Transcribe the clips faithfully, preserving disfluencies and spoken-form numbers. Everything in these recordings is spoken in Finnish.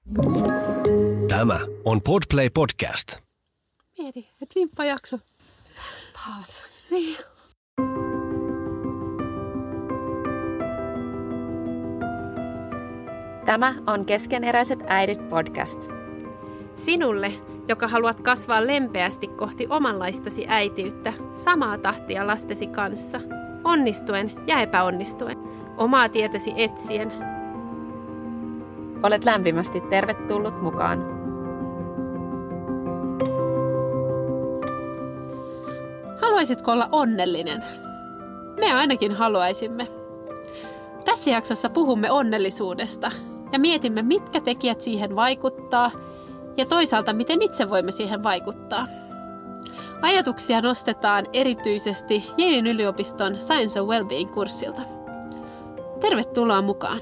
Tämä on Podplay Podcast. Mieti, että vimppajakso. Taas. Niin. Tämä on Keskeneräiset äidit podcast. Sinulle, joka haluat kasvaa lempeästi kohti omanlaistasi äitiyttä, samaa tahtia lastesi kanssa, onnistuen ja epäonnistuen, omaa tietäsi etsien. Olet lämpimästi tervetullut mukaan. Haluaisitko olla onnellinen? Me ainakin haluaisimme. Tässä jaksossa puhumme onnellisuudesta ja mietimme, mitkä tekijät siihen vaikuttaa ja toisaalta, miten itse voimme siihen vaikuttaa. Ajatuksia nostetaan erityisesti Yalen yliopiston Science of Wellbeing-kurssilta. Tervetuloa mukaan!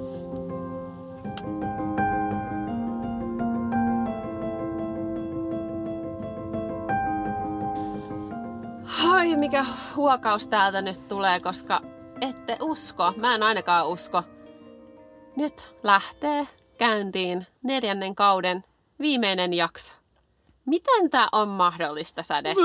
Ai, mikä huokaus täältä nyt tulee, koska ette usko, mä en ainakaan usko. Nyt lähtee käyntiin neljännen kauden viimeinen jakso. Miten tää on mahdollista, Säde?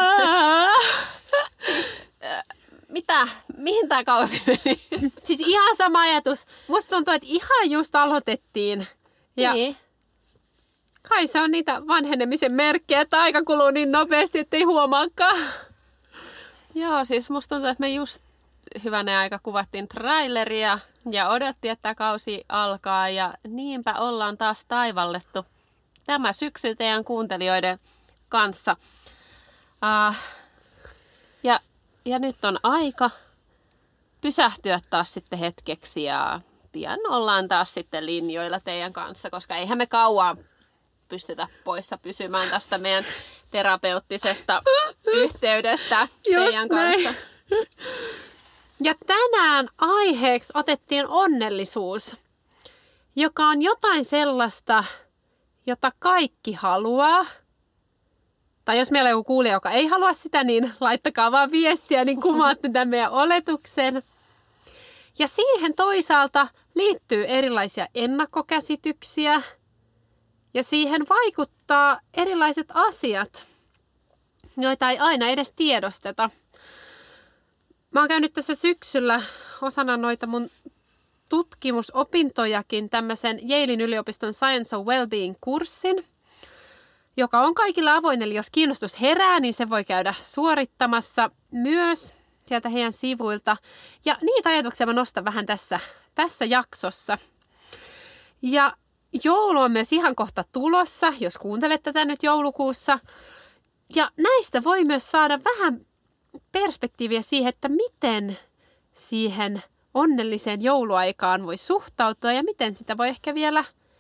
siis, äh, mitä? Mihin tää kausi meni? Siis ihan sama ajatus. Musta tuntuu, että ihan just aloitettiin. Ja niin. Kai se on niitä vanhenemisen merkkejä, että aika kuluu niin nopeasti, ettei huomaakaan. Joo, siis musta tuntuu, että me just hyvänä aika kuvattiin traileria ja odotti, että kausi alkaa. Ja niinpä ollaan taas taivallettu tämä syksy teidän kuuntelijoiden kanssa. Uh, ja, ja nyt on aika pysähtyä taas sitten hetkeksi ja pian ollaan taas sitten linjoilla teidän kanssa, koska eihän me kauan pystytä poissa pysymään tästä meidän terapeuttisesta yhteydestä teidän kanssa. Ja tänään aiheeksi otettiin onnellisuus, joka on jotain sellaista, jota kaikki haluaa. Tai jos meillä on joku kuulija, joka ei halua sitä, niin laittakaa vaan viestiä, niin kumaatte tämän meidän oletuksen. Ja siihen toisaalta liittyy erilaisia ennakkokäsityksiä. Ja siihen vaikuttaa erilaiset asiat, joita ei aina edes tiedosteta. Mä oon käynyt tässä syksyllä osana noita mun tutkimusopintojakin tämmöisen Yalen yliopiston Science of Wellbeing-kurssin, joka on kaikille avoin, eli jos kiinnostus herää, niin se voi käydä suorittamassa myös sieltä heidän sivuilta. Ja niitä ajatuksia mä nostan vähän tässä, tässä jaksossa. Ja joulu on myös ihan kohta tulossa, jos kuuntelet tätä nyt joulukuussa. Ja näistä voi myös saada vähän perspektiiviä siihen, että miten siihen onnelliseen jouluaikaan voi suhtautua ja miten sitä voi ehkä vielä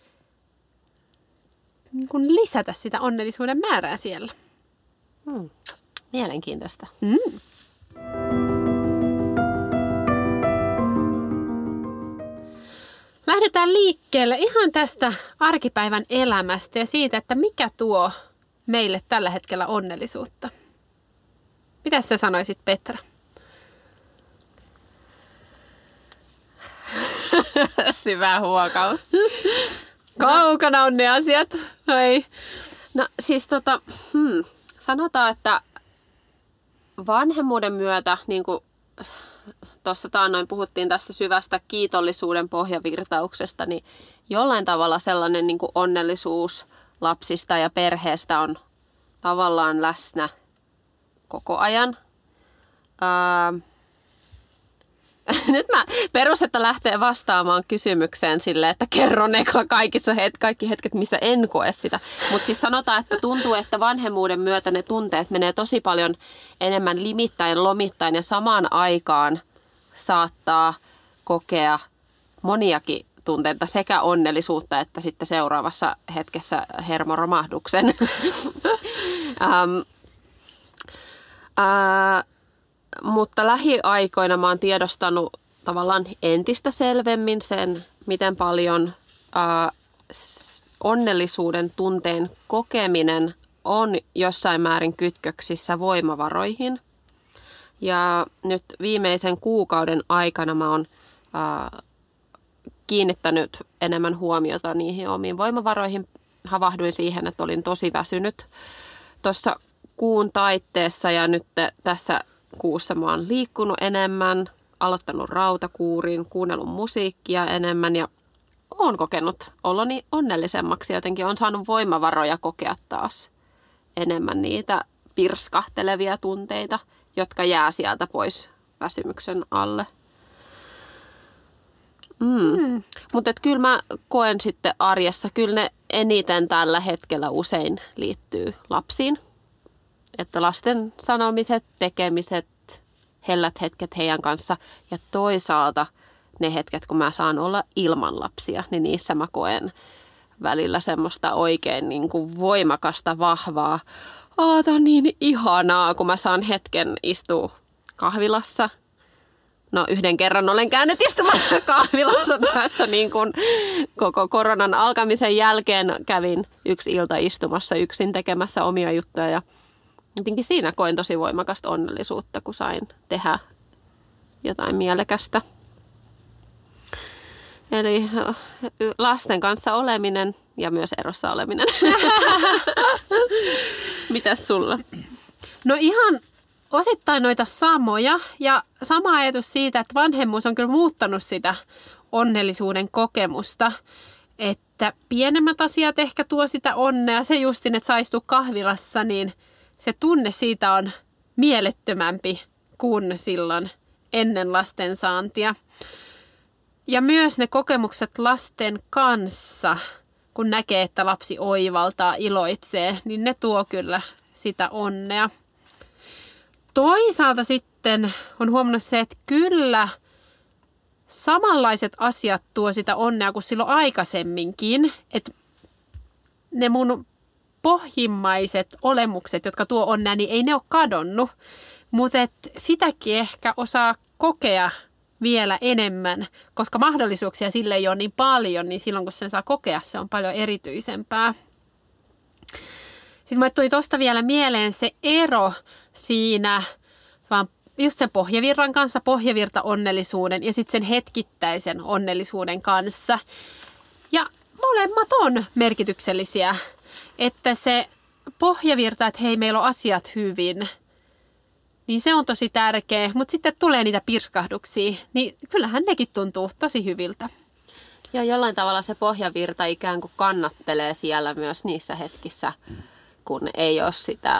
niin kuin lisätä sitä onnellisuuden määrää siellä. Hmm. Mielenkiintoista. Mm. Lähdetään liikkeelle ihan tästä arkipäivän elämästä ja siitä, että mikä tuo meille tällä hetkellä onnellisuutta. Mitä sä sanoisit, Petra? Syvä huokaus. Kaukana on ne asiat. No ei. No siis tota, hmm, sanotaan, että vanhemmuuden myötä, niin kuin tuossa taannoin puhuttiin tästä syvästä kiitollisuuden pohjavirtauksesta, niin jollain tavalla sellainen niin kuin onnellisuus lapsista ja perheestä on tavallaan läsnä koko ajan. Öö, Nyt mä perustetta lähtee vastaamaan kysymykseen silleen, että kerron eka kaikissa het- kaikki hetket, missä en koe sitä. Mutta siis sanotaan, että tuntuu, että vanhemmuuden myötä ne tunteet menee tosi paljon enemmän limittäin, lomittain ja samaan aikaan saattaa kokea moniakin tunteita, sekä onnellisuutta että sitten seuraavassa hetkessä hermoromahduksen. um, uh, Mutta lähiaikoina mä oon tiedostanut tavallaan entistä selvemmin sen, miten paljon ää, onnellisuuden tunteen kokeminen on jossain määrin kytköksissä voimavaroihin. Ja nyt viimeisen kuukauden aikana mä oon ää, kiinnittänyt enemmän huomiota niihin omiin voimavaroihin. Havahduin siihen, että olin tosi väsynyt tuossa kuun taitteessa ja nyt tässä kuussa mä oon liikkunut enemmän, aloittanut rautakuurin, kuunnellut musiikkia enemmän ja oon kokenut oloni onnellisemmaksi. Jotenkin on saanut voimavaroja kokea taas enemmän niitä pirskahtelevia tunteita, jotka jää sieltä pois väsymyksen alle. Mm. Mm. Mutta kyllä mä koen sitten arjessa, kyllä ne eniten tällä hetkellä usein liittyy lapsiin. Että lasten sanomiset, tekemiset, hellät hetket heidän kanssa ja toisaalta ne hetket, kun mä saan olla ilman lapsia, niin niissä mä koen välillä semmoista oikein niin kuin voimakasta, vahvaa. Aa, tää on niin ihanaa, kun mä saan hetken istua kahvilassa. No yhden kerran olen käynyt istumaan kahvilassa tässä niin kuin koko koronan alkamisen jälkeen. Kävin yksi ilta istumassa yksin tekemässä omia juttuja ja jotenkin siinä koin tosi voimakasta onnellisuutta, kun sain tehdä jotain mielekästä. Eli lasten kanssa oleminen ja myös erossa oleminen. Mitäs sulla? No ihan osittain noita samoja ja sama ajatus siitä, että vanhemmuus on kyllä muuttanut sitä onnellisuuden kokemusta. Että pienemmät asiat ehkä tuo sitä onnea. Se justin, että saa istua kahvilassa, niin se tunne siitä on mielettömämpi kuin silloin ennen lasten saantia. Ja myös ne kokemukset lasten kanssa, kun näkee, että lapsi oivaltaa, iloitsee, niin ne tuo kyllä sitä onnea. Toisaalta sitten on huomannut se, että kyllä samanlaiset asiat tuo sitä onnea kuin silloin aikaisemminkin. Että ne mun pohjimmaiset olemukset, jotka tuo onnea, niin ei ne ole kadonnut. Mutta sitäkin ehkä osaa kokea vielä enemmän, koska mahdollisuuksia sille ei ole niin paljon, niin silloin kun sen saa kokea, se on paljon erityisempää. Sitten mulle tuli tuosta vielä mieleen se ero siinä, vaan just sen pohjavirran kanssa, pohjavirta-onnellisuuden ja sitten sen hetkittäisen onnellisuuden kanssa. Ja molemmat on merkityksellisiä, että se pohjavirta, että hei, meillä on asiat hyvin, niin se on tosi tärkeä, mutta sitten tulee niitä pirskahduksia, niin kyllähän nekin tuntuu tosi hyviltä. Ja jollain tavalla se pohjavirta ikään kuin kannattelee siellä myös niissä hetkissä, kun ei ole sitä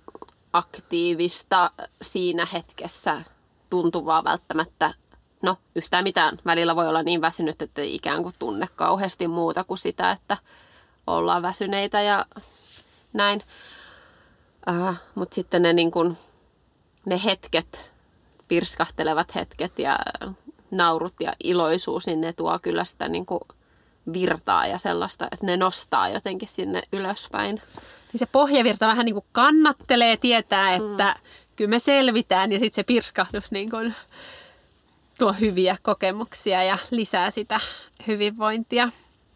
aktiivista siinä hetkessä tuntuvaa välttämättä. No yhtään mitään. Välillä voi olla niin väsynyt, että ei ikään kuin tunne kauheasti muuta kuin sitä, että ollaan väsyneitä ja näin. Uh, mutta sitten ne niin kuin ne hetket, pirskahtelevat hetket ja naurut ja iloisuus, niin ne tuo kyllä sitä niin kuin virtaa ja sellaista, että ne nostaa jotenkin sinne ylöspäin. Niin se pohjavirta vähän niin kuin kannattelee, tietää, että mm. kyllä me selvitään ja sitten se pirskahdus niin kuin tuo hyviä kokemuksia ja lisää sitä hyvinvointia.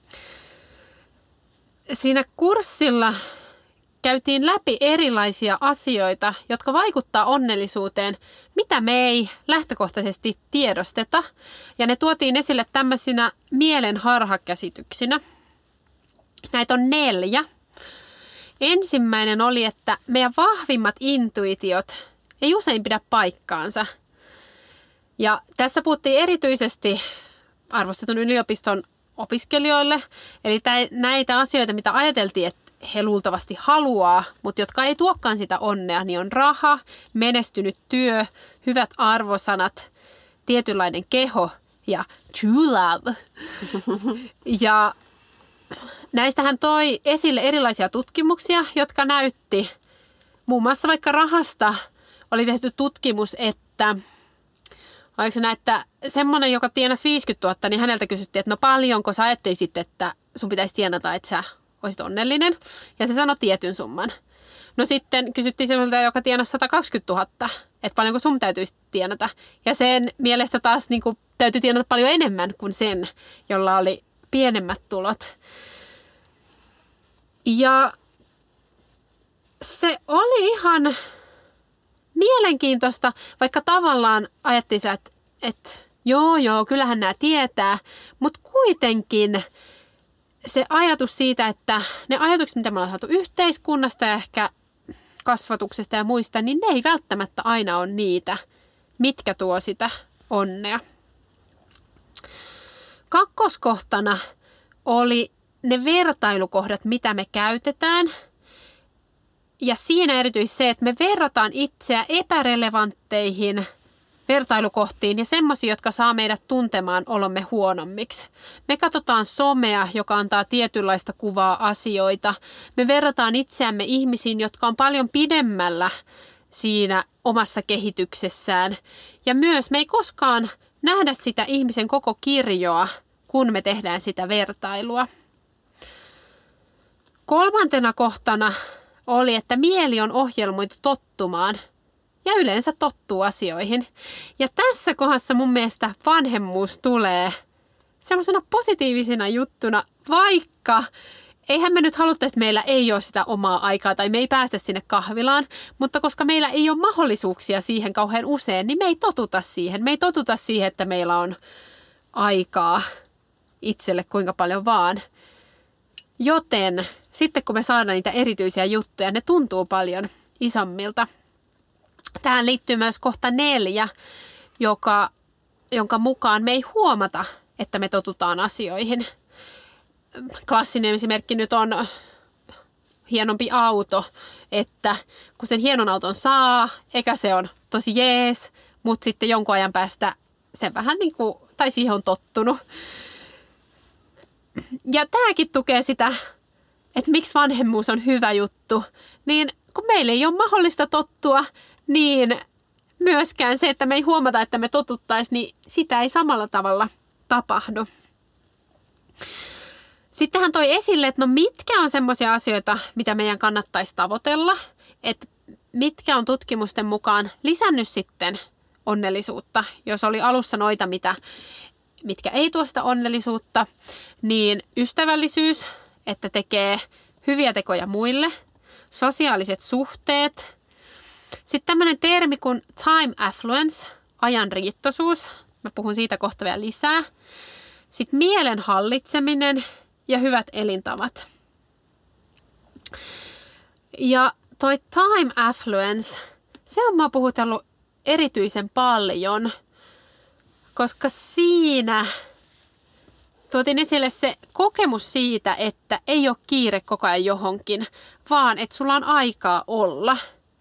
Siinä kurssilla käytiin läpi erilaisia asioita, jotka vaikuttaa onnellisuuteen, mitä me ei lähtökohtaisesti tiedosteta. Ja ne tuotiin esille tämmöisinä mielen harhakäsityksinä. Näitä on neljä. Ensimmäinen oli, että meidän vahvimmat intuitiot ei usein pidä paikkaansa. Ja tässä puhuttiin erityisesti arvostetun yliopiston opiskelijoille. Eli näitä asioita, mitä ajateltiin, että he luultavasti haluaa, mutta jotka ei tuokaan sitä onnea, niin on raha, menestynyt työ, hyvät arvosanat, tietynlainen keho ja true love. Ja näistähän toi esille erilaisia tutkimuksia, jotka näytti, muun muassa vaikka rahasta oli tehty tutkimus, että oliko se näin, että semmoinen, joka tienasi viisikymmentätuhatta, niin häneltä kysyttiin, että no paljonko sä ajattelisit, että sun pitäisi tienata, että sä olisit onnellinen. Ja se sanoi tietyn summan. No sitten kysyttiin semmoilta, joka tienasi sata kaksikymmentätuhatta, että paljonko sun täytyisi tienata. Ja sen mielestä taas niin kuin, täytyy tienata paljon enemmän kuin sen, jolla oli pienemmät tulot. Ja se oli ihan mielenkiintoista, vaikka tavallaan ajattelin, että, että joo joo, kyllähän nämä tietää, mutta kuitenkin se ajatus siitä, että ne ajatukset, mitä me ollaan saatu yhteiskunnasta ja ehkä kasvatuksesta ja muista, niin ne ei välttämättä aina ole niitä, mitkä tuo sitä onnea. Kakkoskohtana oli ne vertailukohdat, mitä me käytetään. Ja siinä erityisesti se, että me verrataan itseä epärelevantteihin vertailukohtiin ja semmoisia, jotka saa meidät tuntemaan olomme huonommiksi. Me katsotaan somea, joka antaa tietynlaista kuvaa asioita. Me verrataan itseämme ihmisiin, jotka on paljon pidemmällä siinä omassa kehityksessään. Ja myös me ei koskaan nähdä sitä ihmisen koko kirjoa, kun me tehdään sitä vertailua. Kolmantena kohtana oli, että mieli on ohjelmoitu tottumaan ja yleensä tottuu asioihin. Ja tässä kohdassa mun mielestä vanhemmuus tulee semmoisena positiivisena juttuna, vaikka eihän me nyt haluttaisi, että meillä ei ole sitä omaa aikaa tai me ei päästä sinne kahvilaan, mutta koska meillä ei ole mahdollisuuksia siihen kauhean usein, niin me ei totuta siihen. Me ei totuta siihen, että meillä on aikaa itselle kuinka paljon vaan. Joten sitten kun me saadaan niitä erityisiä juttuja, ne tuntuu paljon isommilta. Tähän liittyy myös kohta neljä, joka, jonka mukaan me ei huomata, että me totutaan asioihin. Klassinen esimerkki nyt on hienompi auto, että kun sen hienon auton saa, eikä se on tosi jees, mutta sitten jonkun ajan päästä se vähän niin kuin, tai siihen on tottunut. Ja tämäkin tukee sitä, että miksi vanhemmuus on hyvä juttu, niin kun meillä ei ole mahdollista tottua, niin myöskään se, että me ei huomata, että me totuttaisiin, niin sitä ei samalla tavalla tapahdu. Sitten hän toi esille, että no mitkä on semmoisia asioita, mitä meidän kannattaisi tavoitella, että mitkä on tutkimusten mukaan lisännyt sitten onnellisuutta. Jos oli alussa noita, mitä, mitkä ei tuo sitä onnellisuutta, niin ystävällisyys, että tekee hyviä tekoja muille, sosiaaliset suhteet, sitten tämmöinen termi kuin time affluence, ajan riittoisuus, mä puhun siitä kohta vielä lisää, sitten mielen hallitseminen ja hyvät elintavat. Ja toi time affluence, se on mä puhutellut erityisen paljon, koska siinä tuotiin esille se kokemus siitä, että ei ole kiire koko ajan johonkin, vaan että sulla on aikaa olla.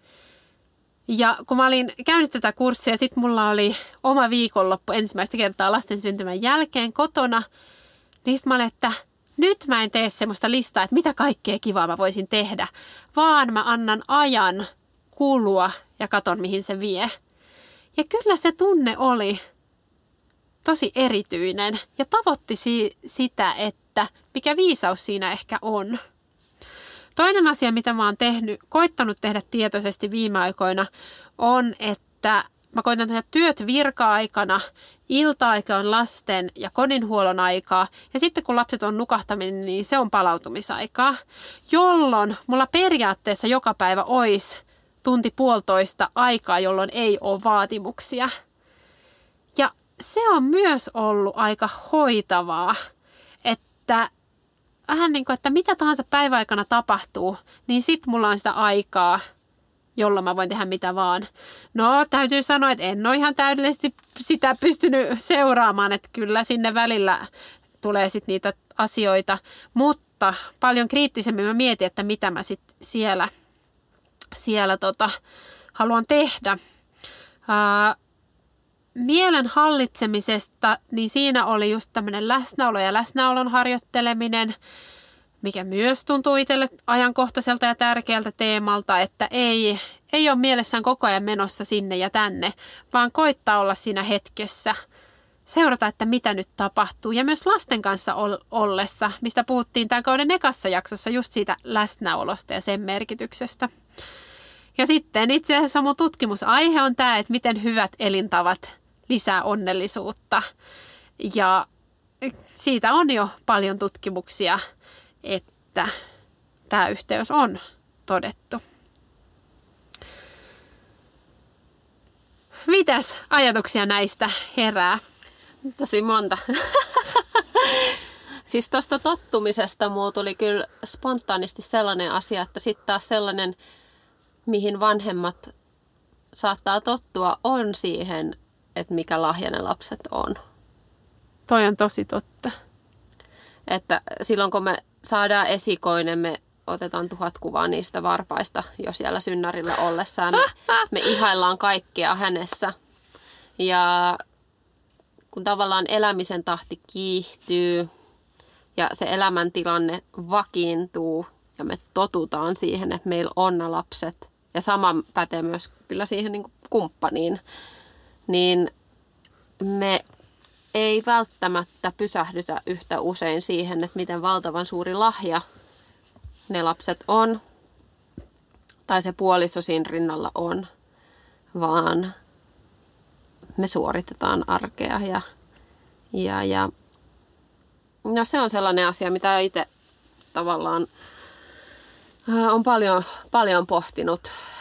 Ja kun mä olin käynyt tätä kurssia, sit mulla oli oma viikonloppu ensimmäistä kertaa lasten syntymän jälkeen kotona, niin sit mä olin, että nyt mä en tee semmoista listaa, että mitä kaikkea kivaa mä voisin tehdä, vaan mä annan ajan kulua ja katon mihin se vie. Ja kyllä se tunne oli tosi erityinen ja tavoitti si- sitä, että mikä viisaus siinä ehkä on. Toinen asia, mitä mä oon tehnyt, koittanut tehdä tietoisesti viime aikoina, on, että mä koitan tehdä työt virka-aikana, ilta-aika on lasten ja kodinhuollon aikaa, ja sitten kun lapset on nukahtaminen, niin se on palautumisaikaa, jolloin mulla periaatteessa joka päivä olisi tunti puolitoista aikaa, jolloin ei ole vaatimuksia. Ja se on myös ollut aika hoitavaa, että vähän niin kuin, että mitä tahansa päiväaikana tapahtuu, niin sit mulla on sitä aikaa, jolloin mä voin tehdä mitä vaan. No, täytyy sanoa, että en ole ihan täydellisesti sitä pystynyt seuraamaan, että kyllä sinne välillä tulee sit niitä asioita, mutta paljon kriittisemmin mä mietin, että mitä mä sit siellä, siellä tota, haluan tehdä. Ää, mielen hallitsemisesta, niin siinä oli just tämmöinen läsnäolo ja läsnäolon harjoitteleminen, mikä myös tuntuu itselle ajankohtaiselta ja tärkeältä teemalta, että ei, ei ole mielessään koko ajan menossa sinne ja tänne, vaan koittaa olla siinä hetkessä, seurata, että mitä nyt tapahtuu. Ja myös lasten kanssa ollessa, mistä puhuttiin tämän kauden ekassa jaksossa, just siitä läsnäolosta ja sen merkityksestä. Ja sitten itse asiassa mun tutkimusaihe on tämä, että miten hyvät elintavat lisää onnellisuutta. Ja siitä on jo paljon tutkimuksia, että tämä yhteys on todettu. Mitäs ajatuksia näistä herää? Tosi monta. Siis tuosta tottumisesta mulla tuli kyllä spontaanisti sellainen asia, että sitten taas sellainen, mihin vanhemmat saattaa tottua, on siihen, että mikä lahja ne lapset on. Toi on tosi totta. Että silloin kun me saadaan esikoinen, me otetaan tuhat kuvaa niistä varpaista jo siellä synnärillä ollessaan. Me, me ihaillaan kaikkea hänessä. Ja kun tavallaan elämisen tahti kiihtyy ja se elämäntilanne vakiintuu ja me totutaan siihen, että meillä on ne lapset. Ja sama pätee myös kyllä siihen niin kuin kumppaniin. Niin me ei välttämättä pysähdytä yhtä usein siihen, että miten valtavan suuri lahja ne lapset on. Tai se puoliso siinä rinnalla on. Vaan me suoritetaan arkea ja, ja, ja no se on sellainen asia, mitä itse tavallaan on paljon, paljon pohtinut.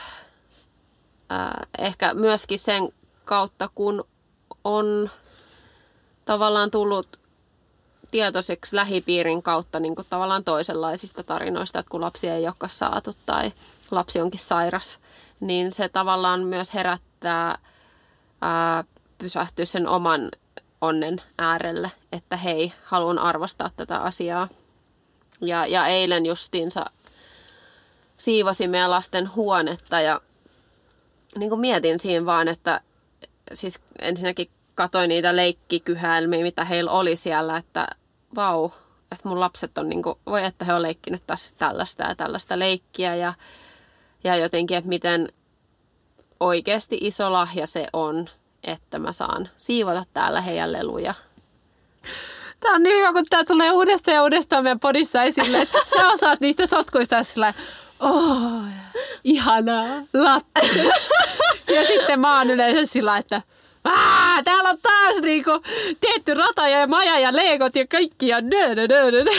Ehkä myöskin sen kautta, kun on tavallaan tullut tietoiseksi lähipiirin kautta niin kuin tavallaan toisenlaisista tarinoista, että kun lapsia ei olekaan saatu tai lapsi onkin sairas, niin se tavallaan myös herättää ää, pysähtyä sen oman onnen äärelle, että hei, haluan arvostaa tätä asiaa. Ja, ja eilen justiinsa siivosin meidän lasten huonetta ja niin kuin mietin siinä vaan, että siis ensinnäkin katsoin niitä leikkikyhäilmiä, mitä heillä oli siellä, että vau, että mun lapset on niin kuin, voi että he on leikkinyt tässä tällaista ja tällaista leikkiä ja, ja jotenkin, että miten oikeasti iso lahja se on, että mä saan siivota täällä heidän leluja. Tää on niin hyvä, kun tää tulee uudestaan ja uudestaan meidän podissa esille, että sä osaat niistä sotkuista sillä oh, ihanaa, latte. Ja sitten mä oon yleensä sillä, että Aa, täällä on taas niinku tietty rata ja maja ja legot ja kaikki ja nö, nö, nö, nö.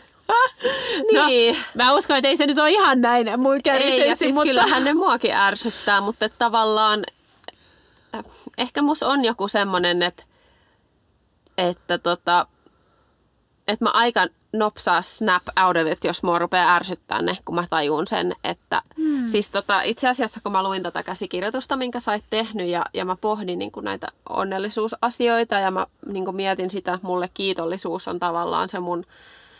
Niin. No, mä uskon, että ei se nyt ole ihan näin. Mun ei, ja siis mutta kyllähän ne muakin ärsyttää, mutta että tavallaan ehkä mus on joku semmonen, että, että, tota, että mä aika nopsaa snap out of it, jos mua rupeaa ärsyttää ne, kun mä tajun sen, että hmm. siis tota, itse asiassa kun mä luin tätä käsikirjoitusta, minkä sä oot tehnyt ja, ja mä pohdin niin kuin näitä onnellisuusasioita ja mä niin kuin mietin sitä, mulle kiitollisuus on tavallaan se mun,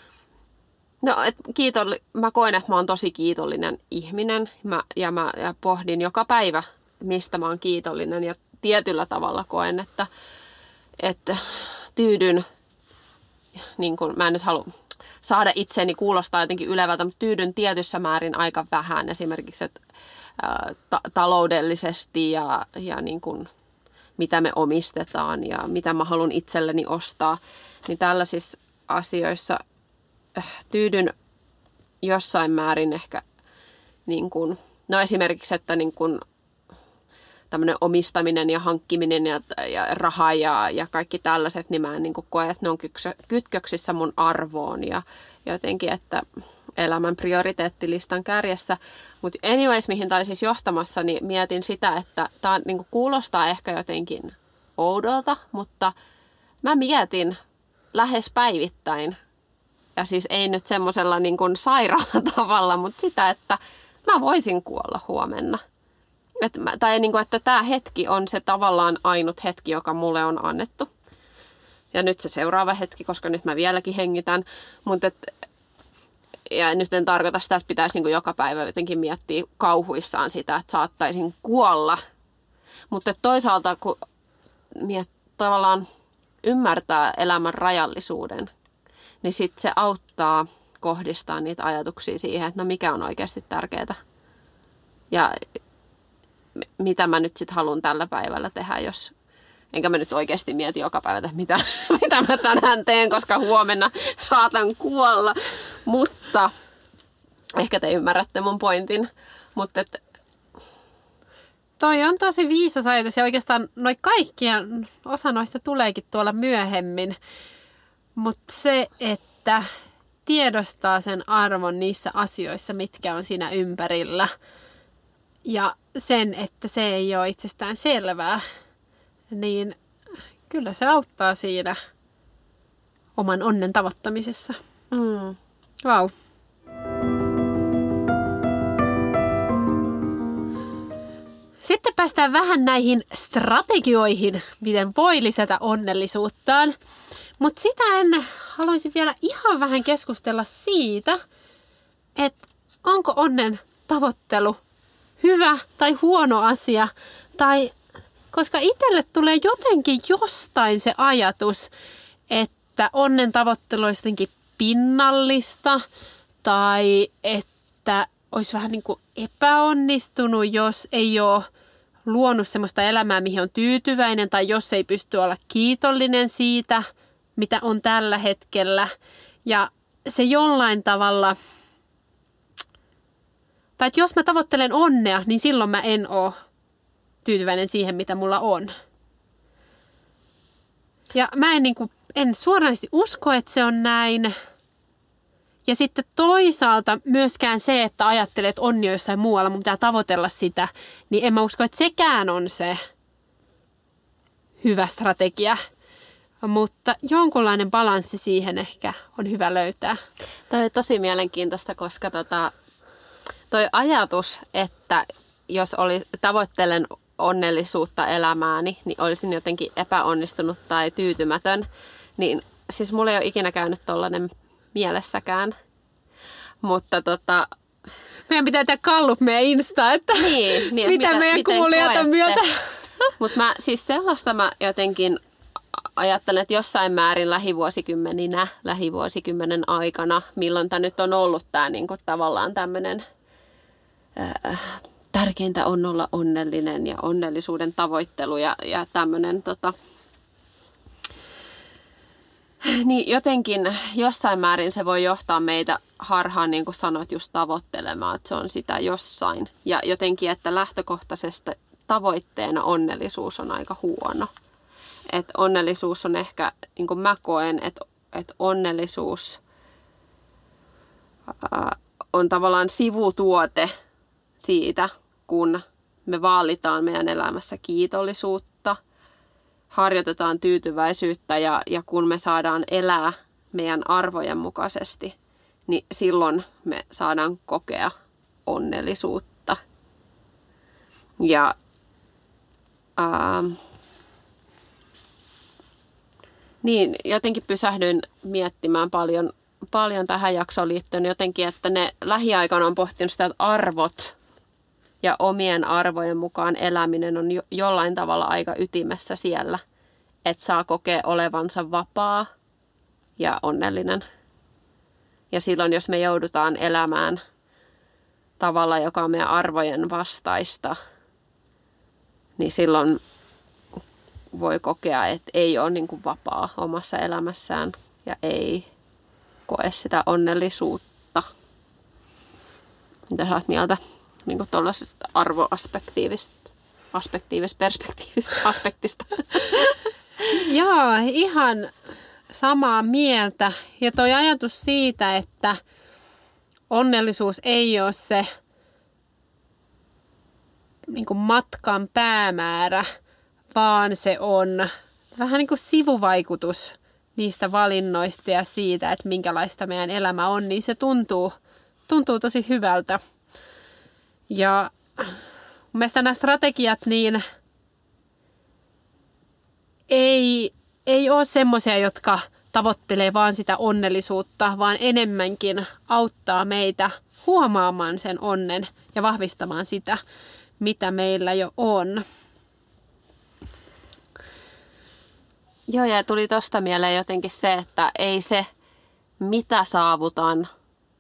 no et kiitolli, mä koen, että mä oon tosi kiitollinen ihminen mä, ja mä ja pohdin joka päivä, mistä mä oon kiitollinen ja tietyllä tavalla koen, että, että tyydyn, niin kuin, mä en nyt halua saada itseäni kuulostaa jotenkin ylevältä, mutta tyydyn tietyssä määrin aika vähän esimerkiksi että, ää, ta- taloudellisesti ja, ja niin kuin, mitä me omistetaan ja mitä mä haluan itselleni ostaa, niin tällaisissa asioissa äh, tyydyn jossain määrin ehkä niin kuin, no esimerkiksi, että niin kuin, tämmöinen omistaminen ja hankkiminen ja, ja raha ja, ja kaikki tällaiset, niin mä en niin kuin koe, että ne on kyksö, kytköksissä mun arvoon ja jotenkin, että elämän prioriteettilistan kärjessä. Mutta anyways, mihin tämä siis johtamassa, niin mietin sitä, että tämä niin kuin kuulostaa ehkä jotenkin oudolta, mutta mä mietin lähes päivittäin, ja siis ei nyt semmoisella niin kuin sairaalla tavalla, mutta sitä, että mä voisin kuolla huomenna. Et mä, tai niin kuin, että tämä hetki on se tavallaan ainut hetki, joka mulle on annettu. Ja nyt se seuraava hetki, koska nyt mä vieläkin hengitän. Mutta et, ja nyt en tarkoita sitä, että pitäisi niin kuin joka päivä jotenkin miettiä kauhuissaan sitä, että saattaisin kuolla. Mutta toisaalta, kun miet, tavallaan ymmärtää elämän rajallisuuden, niin sitten se auttaa kohdistaa niitä ajatuksia siihen, että no mikä on oikeasti tärkeää. Ja mitä mä nyt sitten haluan tällä päivällä tehdä, jos enkä mä nyt oikeasti mieti joka päivä, että mitä, mitä mä tänään teen, koska huomenna saatan kuolla. Mutta ehkä te ymmärrätte mun pointin. Mutta et... Toi on tosi viisas ajatus ja oikeastaan noi kaikkien, osa noista tuleekin tuolla myöhemmin. Mutta se, että tiedostaa sen arvon niissä asioissa, mitkä on siinä ympärillä. Ja sen, että se ei ole itsestään selvää, niin kyllä se auttaa siinä oman onnen tavoittamisessa. Mm. Vau. Sitten päästään vähän näihin strategioihin, miten voi lisätä onnellisuuttaan. Mutta sitä ennen haluaisin vielä ihan vähän keskustella siitä, että onko onnen tavoittelu hyvä tai huono asia. Tai koska itselle tulee jotenkin jostain se ajatus, että onnen tavoittelu olisi jotenkin pinnallista tai että olisi vähän niin kuin epäonnistunut, jos ei ole luonut semmoista elämää, mihin on tyytyväinen tai jos ei pysty olla kiitollinen siitä, mitä on tällä hetkellä. Ja se jollain tavalla, tai että jos mä tavoittelen onnea, niin silloin mä en ole tyytyväinen siihen, mitä mulla on. Ja mä en, niin kuin, en suoranaisesti usko, että se on näin. Ja sitten toisaalta myöskään se, että ajattelee, että onni on jossain muualla, mun pitää tavoitella sitä, niin en mä usko, että sekään on se hyvä strategia. Mutta jonkunlainen balanssi siihen ehkä on hyvä löytää. Toi on tosi mielenkiintoista, koska tota, toi ajatus, että jos oli, tavoittelen onnellisuutta elämääni, niin olisin jotenkin epäonnistunut tai tyytymätön, niin siis mulla ei ole ikinä käynyt tollainen mielessäkään. Mutta tota... Meidän pitää tehdä kallup meidän Insta, että niin, niin, mitä, mitä meidän kuulijat on mieltä. Mutta mä siis sellaista mä jotenkin ajattelen, että jossain määrin lähivuosikymmeninä, lähivuosikymmenen aikana, milloin tämä nyt on ollut tämä niinku tavallaan tämmöinen äh, tärkeintä on olla onnellinen ja onnellisuuden tavoittelu ja, ja tämmöinen tota, niin jotenkin jossain määrin se voi johtaa meitä harhaan, niin kuin sanoit, just tavoittelemaan, että se on sitä jossain. Ja jotenkin, että lähtökohtaisesta tavoitteena onnellisuus on aika huono. Että onnellisuus on ehkä, niin kuin mä koen, että, että onnellisuus ää, on tavallaan sivutuote siitä, kun me vaalitaan meidän elämässä kiitollisuutta, harjoitetaan tyytyväisyyttä ja, ja kun me saadaan elää meidän arvojen mukaisesti, niin silloin me saadaan kokea onnellisuutta. Ja ää, niin, jotenkin pysähdyin miettimään paljon, paljon tähän jaksoon liittyen jotenkin, että ne lähiaikana on pohtinut sitä, että arvot ja omien arvojen mukaan eläminen on jo, jollain tavalla aika ytimessä siellä, että saa kokea olevansa vapaa ja onnellinen. Ja silloin, jos me joudutaan elämään tavalla, joka on meidän arvojen vastaista, niin silloin voi kokea, että ei ole niin kuin vapaa omassa elämässään ja ei koe sitä onnellisuutta. Mitä sä oot mieltä niin kuin tuollaisesta arvoaspektiivista, aspektiivisesta perspektiivistä aspektista? Joo, ihan samaa mieltä. Ja toi ajatus siitä, että onnellisuus ei ole se niin kuin matkan päämäärä, vaan se on vähän niin kuin sivuvaikutus niistä valinnoista ja siitä, että minkälaista meidän elämä on, niin se tuntuu, tuntuu tosi hyvältä. Ja mun mielestä nämä strategiat niin ei, ei ole semmoisia, jotka tavoittelee vaan sitä onnellisuutta, vaan enemmänkin auttaa meitä huomaamaan sen onnen ja vahvistamaan sitä, mitä meillä jo on. Joo, ja tuli tuosta mieleen jotenkin se, että ei se, mitä saavutan,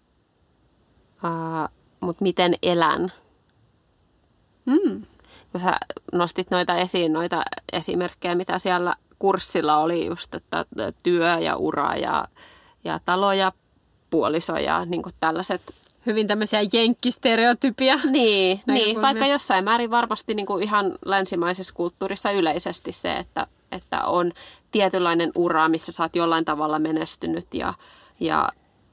ää, mutta miten elän. Mm. Kun sä nostit noita esiin, noita esimerkkejä, mitä siellä kurssilla oli, just että työ ja ura ja, ja talo ja puoliso ja niin kuin tällaiset. Hyvin tämmöisiä jenkkistereotypia. Niin, niin vaikka jossain määrin varmasti niin kuin ihan länsimaisessa kulttuurissa yleisesti se, että, että on tietynlainen ura, missä sä oot jollain tavalla menestynyt ja, ja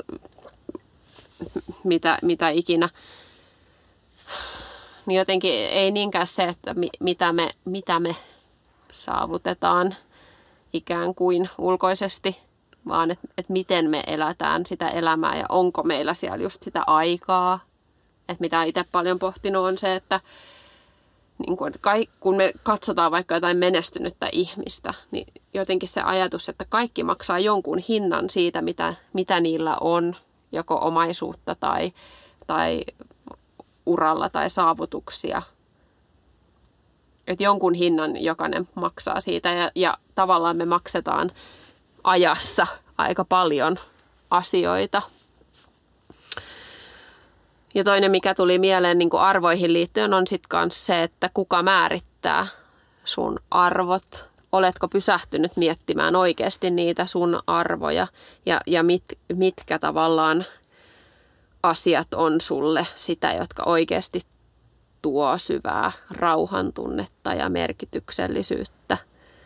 mitä, mitä ikinä. Niin jotenkin ei niinkään se, että mi, mitä, me, mitä me saavutetaan, ikään kuin ulkoisesti, vaan että et miten me elätään sitä elämää ja onko meillä siellä just sitä aikaa. Et mitä itse paljon pohtinut on se, että niin kun, kun me katsotaan vaikka jotain menestynyttä ihmistä, niin jotenkin se ajatus, että kaikki maksaa jonkun hinnan siitä, mitä, mitä niillä on, joko omaisuutta tai, tai uralla tai saavutuksia. Että jonkun hinnan jokainen maksaa siitä ja, ja tavallaan me maksetaan ajassa aika paljon asioita. Ja toinen, mikä tuli mieleen niin kuin arvoihin liittyen, on sitten myös se, että kuka määrittää sun arvot. Oletko pysähtynyt miettimään oikeasti niitä sun arvoja ja, ja mit, mitkä tavallaan asiat on sulle sitä, jotka oikeasti tuo syvää rauhantunnetta ja merkityksellisyyttä.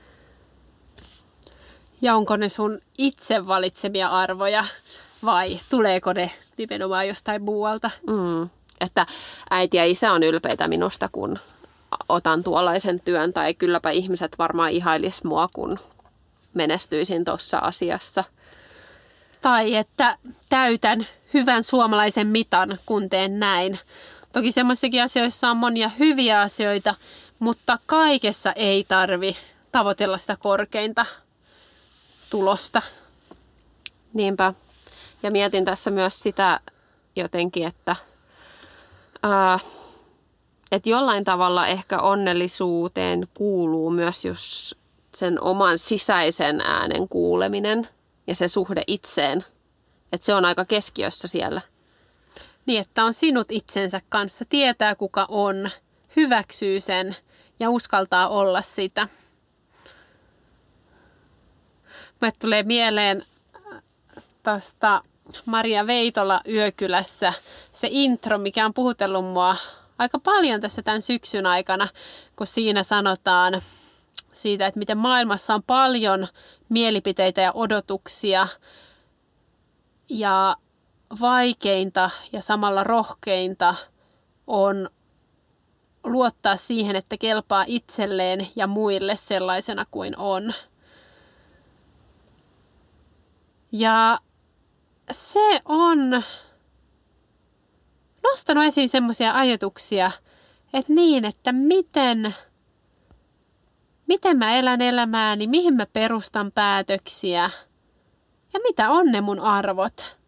Ja onko ne sun itse valitsemia arvoja vai tuleeko ne nimenomaan jostain muualta? Mm. Että äiti ja isä on ylpeitä minusta, kun otan tuollaisen työn. Tai kylläpä ihmiset varmaan ihailis mua, kun menestyisin tuossa asiassa. Tai että täytän hyvän suomalaisen mitan, kun teen näin. Toki semmoisissakin asioissa on monia hyviä asioita, mutta kaikessa ei tarvi tavoitella sitä korkeinta tulosta. Niinpä. Ja mietin tässä myös sitä jotenkin, että, ää, että jollain tavalla ehkä onnellisuuteen kuuluu myös just sen oman sisäisen äänen kuuleminen ja se suhde itseen. Että se on aika keskiössä siellä. Niin, että on sinut itsensä kanssa, tietää kuka on, hyväksyy sen ja uskaltaa olla sitä. Mulle tulee mieleen tuosta Maria Veitola Yökylässä se intro, mikä on puhutellut mua aika paljon tässä tämän syksyn aikana, kun siinä sanotaan siitä, että miten maailmassa on paljon mielipiteitä ja odotuksia ja vaikeinta ja samalla rohkeinta on luottaa siihen, että kelpaa itselleen ja muille sellaisena kuin on. Ja se on nostanut esiin semmoisia ajatuksia, että niin, että miten, miten mä elän elämääni, mihin mä perustan päätöksiä ja mitä on ne mun arvot.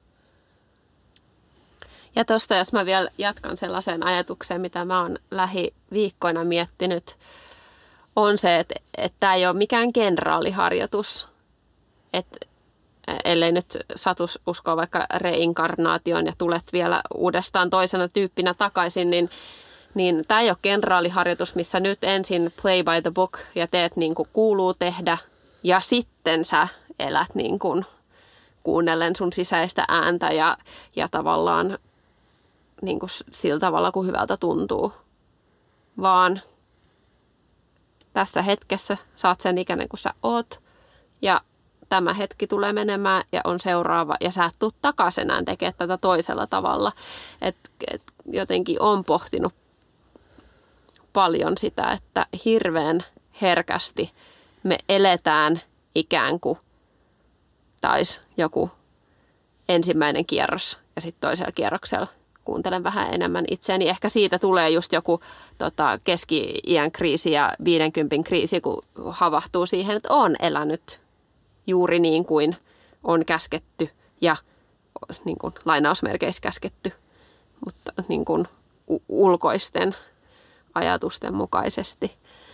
Ja tuosta, jos mä vielä jatkan sellaiseen ajatukseen, mitä mä oon lähiviikkoina miettinyt, on se, että tämä ei ole mikään kenraaliharjoitus. Että ellei nyt satus uskoa vaikka reinkarnaation ja tulet vielä uudestaan toisena tyyppinä takaisin, niin, niin tämä ei ole kenraaliharjoitus, missä nyt ensin play by the book ja teet niin kuin kuuluu tehdä ja sitten sä elät niin kuin kuunnellen sun sisäistä ääntä ja, ja tavallaan niin kuin sillä tavalla, kun hyvältä tuntuu. Vaan tässä hetkessä saat sen ikäinen, kun sä oot ja tämä hetki tulee menemään ja on seuraava ja sä et tuu takaisin enää tekemään tätä toisella tavalla. Et, et jotenkin on pohtinut paljon sitä, että hirveän herkästi me eletään ikään kuin taisi joku ensimmäinen kierros ja sitten toisella kierroksella kuuntelen vähän enemmän itseäni. Ehkä siitä tulee just joku tota, keski-iän kriisi ja viidenkympin kriisi, kun havahtuu siihen, että on elänyt juuri niin kuin on käsketty ja niin kuin lainausmerkeissä käsketty, mutta niin kuin u- ulkoisten ajatusten mukaisesti.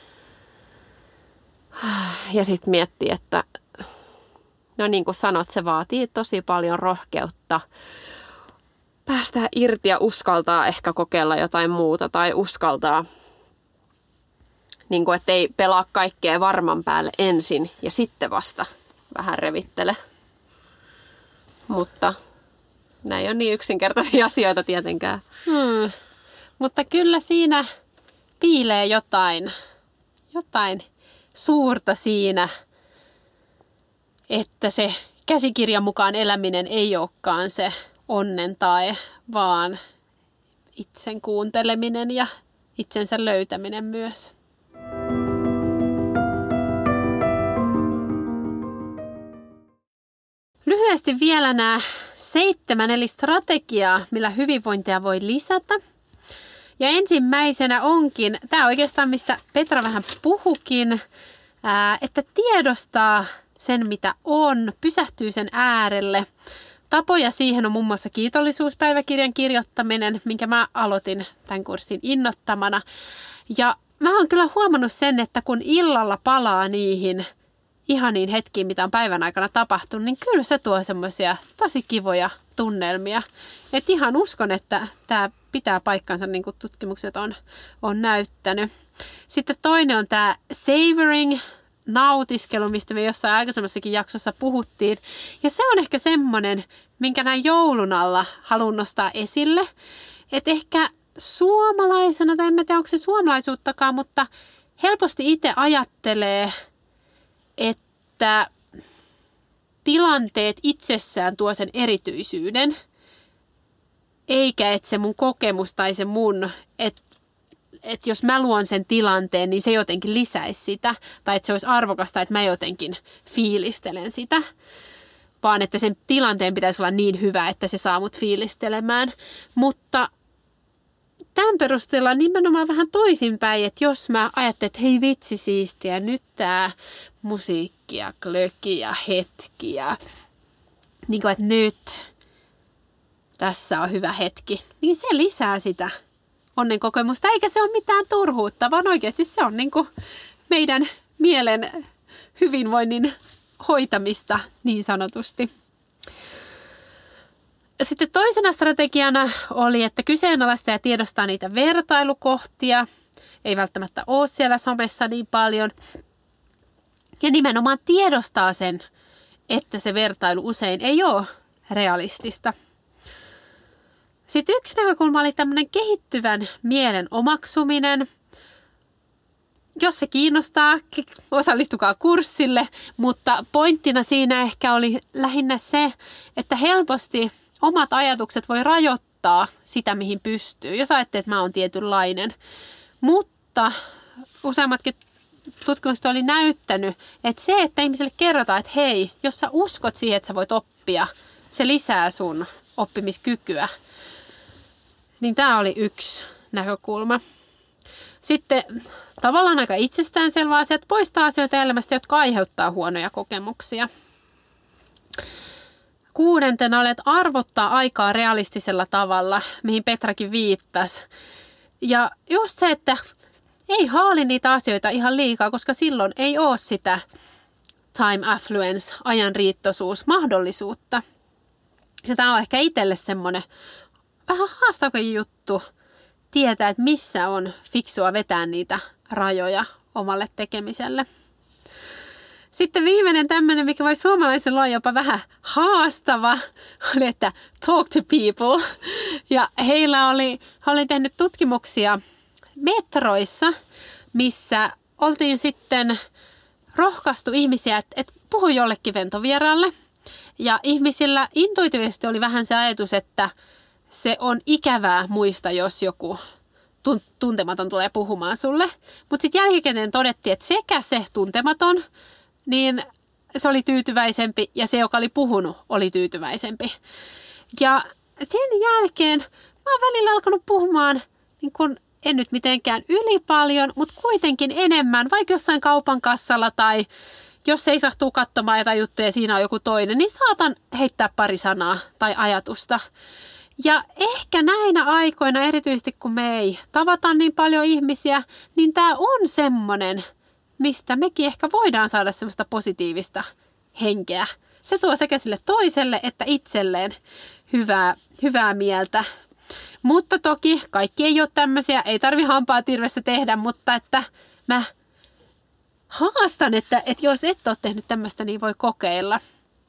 Ja sitten miettii, että no niin kuin sanot, se vaatii tosi paljon rohkeutta päästää irti ja uskaltaa ehkä kokeilla jotain muuta tai uskaltaa, niin kuin, ettei pelaa kaikkea varman päälle ensin ja sitten vasta vähän revittele. Mutta nämä ei ole niin yksinkertaisia asioita tietenkään. Hmm. Mutta kyllä siinä piilee jotain, jotain suurta siinä, että se käsikirjan mukaan eläminen ei olekaan se onnen tae, vaan itsen kuunteleminen ja itsensä löytäminen myös. lyhyesti vielä nämä seitsemän eli strategiaa, millä hyvinvointia voi lisätä. Ja ensimmäisenä onkin, tämä oikeastaan mistä Petra vähän puhukin, ää, että tiedostaa sen mitä on, pysähtyy sen äärelle. Tapoja siihen on muun muassa kiitollisuuspäiväkirjan kirjoittaminen, minkä mä aloitin tämän kurssin innoittamana. Ja mä oon kyllä huomannut sen, että kun illalla palaa niihin ihaniin hetkiin, mitä on päivän aikana tapahtunut, niin kyllä se tuo semmoisia tosi kivoja tunnelmia. Et ihan uskon, että tämä pitää paikkansa, niin kuin tutkimukset on, on näyttänyt. Sitten toinen on tämä savoring, nautiskelu, mistä me jossain aikaisemmassakin jaksossa puhuttiin. Ja se on ehkä semmoinen, minkä näin joulun alla haluan nostaa esille. Että ehkä suomalaisena, tai en tiedä onko se suomalaisuuttakaan, mutta helposti itse ajattelee, että tilanteet itsessään tuo sen erityisyyden, eikä että se mun kokemus tai se mun, että et jos mä luon sen tilanteen, niin se jotenkin lisäisi sitä, tai että se olisi arvokasta, että mä jotenkin fiilistelen sitä, vaan että sen tilanteen pitäisi olla niin hyvä, että se saa mut fiilistelemään. Mutta tämän perusteella nimenomaan vähän toisinpäin, että jos mä ajattelen, että hei vitsi siistiä, nyt tää musiikki ja klöki ja hetki ja niin kuin, että nyt tässä on hyvä hetki, niin se lisää sitä onnen kokemusta, eikä se ole mitään turhuutta, vaan oikeasti se on niin kuin meidän mielen hyvinvoinnin hoitamista niin sanotusti. Sitten toisena strategiana oli, että kyseenalaistaa ja tiedostaa niitä vertailukohtia. Ei välttämättä ole siellä somessa niin paljon. Ja nimenomaan tiedostaa sen, että se vertailu usein ei ole realistista. Sitten yksi näkökulma oli tämmöinen kehittyvän mielen omaksuminen. Jos se kiinnostaa, osallistukaa kurssille, mutta pointtina siinä ehkä oli lähinnä se, että helposti omat ajatukset voi rajoittaa sitä, mihin pystyy. Jos ajattelee, että mä oon tietynlainen. Mutta useammatkin tutkimukset oli näyttänyt, että se, että ihmiselle kerrotaan, että hei, jos sä uskot siihen, että sä voit oppia, se lisää sun oppimiskykyä. Niin tämä oli yksi näkökulma. Sitten tavallaan aika itsestäänselvä asia, että poistaa asioita elämästä, jotka aiheuttaa huonoja kokemuksia. Kuudentena oli, että arvottaa aikaa realistisella tavalla, mihin Petrakin viittasi. Ja just se, että ei haali niitä asioita ihan liikaa, koska silloin ei ole sitä time affluence, ajan riittoisuus, mahdollisuutta. Ja tämä on ehkä itselle semmoinen vähän haastava juttu tietää, että missä on fiksua vetää niitä rajoja omalle tekemiselle. Sitten viimeinen tämmöinen, mikä voi suomalaisella olla jopa vähän haastava, oli, että talk to people. Ja heillä oli, he oli tehnyt tutkimuksia metroissa, missä oltiin sitten rohkaistu ihmisiä, että, että puhu jollekin ventovieraalle. Ja ihmisillä intuitiivisesti oli vähän se ajatus, että se on ikävää muista, jos joku tuntematon tulee puhumaan sulle. Mutta sitten jälkikäteen todettiin, että sekä se tuntematon, niin se oli tyytyväisempi ja se, joka oli puhunut, oli tyytyväisempi. Ja sen jälkeen mä oon välillä alkanut puhumaan, niin kun, en nyt mitenkään yli paljon, mutta kuitenkin enemmän, vaikka jossain kaupan kassalla tai jos seisahtuu katsomaan jotain juttuja ja siinä on joku toinen, niin saatan heittää pari sanaa tai ajatusta. Ja ehkä näinä aikoina, erityisesti kun me ei tavata niin paljon ihmisiä, niin tämä on semmoinen, mistä mekin ehkä voidaan saada semmoista positiivista henkeä. Se tuo sekä sille toiselle että itselleen hyvää, hyvää mieltä. Mutta toki kaikki ei ole tämmöisiä, ei tarvi hampaa tirvessä tehdä, mutta että mä haastan, että, että jos et ole tehnyt tämmöistä, niin voi kokeilla.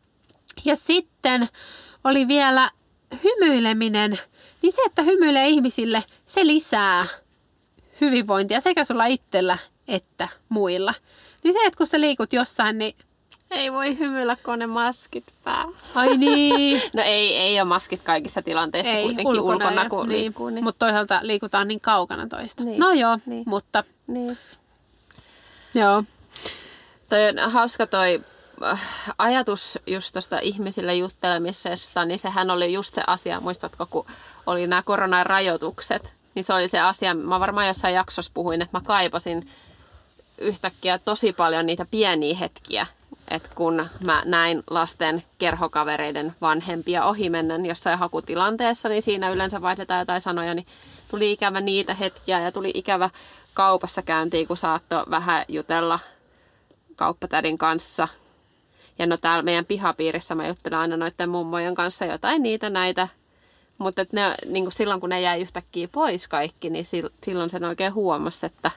Ja sitten oli vielä hymyileminen, niin se, että hymyilee ihmisille, se lisää hyvinvointia sekä sulla itsellä että muilla. Niin se, että kun sä liikut jossain, niin ei voi hymyillä, kun on ne maskit päässä. Ai niin. No ei, ei ole maskit kaikissa tilanteissa ei, kuitenkin ulkona, ulkona kun niin. liikkuu. Niin. Mutta toisaalta liikutaan niin kaukana toista. Niin. No joo, niin. mutta niin. joo. Toi on hauska toi ajatus just tuosta ihmisille juttelemisesta, niin sehän oli just se asia, muistatko, kun oli nämä koronarajoitukset, niin se oli se asia, mä varmaan jossain jaksossa puhuin, että mä kaipasin yhtäkkiä tosi paljon niitä pieniä hetkiä, että kun mä näin lasten kerhokavereiden vanhempia ohimennen jossain hakutilanteessa, niin siinä yleensä vaihdetaan jotain sanoja, niin tuli ikävä niitä hetkiä ja tuli ikävä kaupassa käyntiä, kun saattoi vähän jutella kauppatädin kanssa. Ja no täällä meidän pihapiirissä mä juttelen aina noiden mummojen kanssa jotain niitä näitä. Mutta ne, niin silloin kun ne jäi yhtäkkiä pois kaikki, niin silloin sen oikein huomasi, että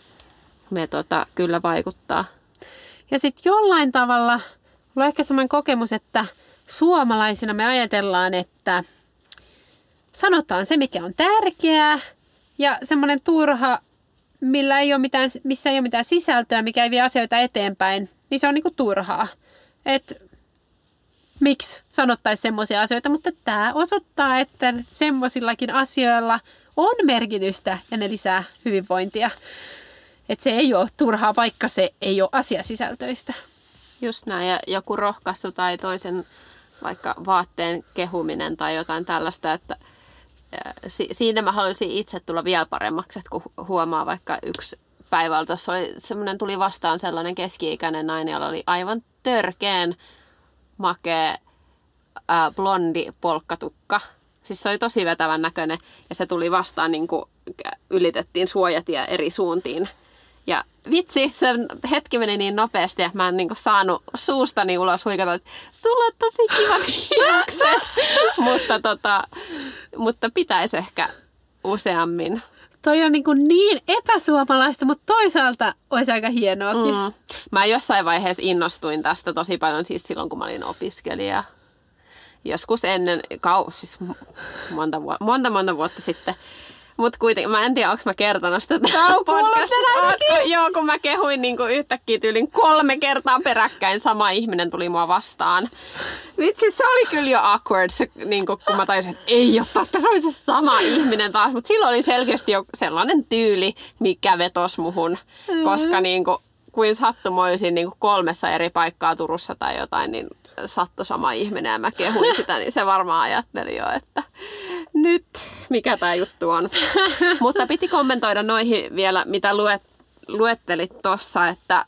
me tota, kyllä vaikuttaa. Ja sitten jollain tavalla, mulla on ehkä sellainen kokemus, että suomalaisina me ajatellaan, että sanotaan se, mikä on tärkeää, ja semmoinen turha, millä ei ole mitään, missä ei ole mitään sisältöä, mikä ei vie asioita eteenpäin, niin se on niinku turhaa. Et miksi sanottaisiin semmoisia asioita, mutta tämä osoittaa, että semmoisillakin asioilla on merkitystä ja ne lisää hyvinvointia. Että se ei ole turhaa, vaikka se ei ole asiasisältöistä. Just näin, ja joku rohkaisu tai toisen vaikka vaatteen kehuminen tai jotain tällaista, että siinä mä haluaisin itse tulla vielä paremmaksi, että kun huomaa vaikka yksi päivällä, tuossa oli semmoinen, tuli vastaan sellainen keski-ikäinen nainen, jolla oli aivan törkeen makea ää, blondi polkkatukka. Siis se oli tosi vetävän näköinen ja se tuli vastaan, niin kuin ylitettiin suojatie eri suuntiin. Ja vitsi, se hetki meni niin nopeasti, että mä en niin kuin saanut suustani ulos huikata, että sulla on tosi kivat hiukset. mutta, tota, mutta pitäisi ehkä useammin. Toi on niin, niin epäsuomalaista, mutta toisaalta olisi aika hienoakin. Mm. Mä jossain vaiheessa innostuin tästä tosi paljon siis silloin, kun mä olin opiskelija. Joskus ennen, kau, siis monta, monta, monta vuotta sitten. Mutta kuitenkin, mä en tiedä, onko mä kertonut sitä podcastista. Joo, kun mä kehuin niin kuin yhtäkkiä tyylin kolme kertaa peräkkäin sama ihminen tuli mua vastaan. Vitsi, se oli kyllä jo awkward, se, niin kuin, kun mä taisin, että ei ole totta, se oli se sama ihminen taas. Mutta silloin oli selkeästi jo sellainen tyyli, mikä vetosi muhun. Mm. Koska niin kuin, kuin sattumoisin niin kuin kolmessa eri paikkaa Turussa tai jotain, niin sattui sama ihminen ja mä kehuin sitä, niin se varmaan ajatteli jo, että nyt mikä tää juttu on. Mutta piti kommentoida noihin vielä, mitä luet, luettelit tossa, että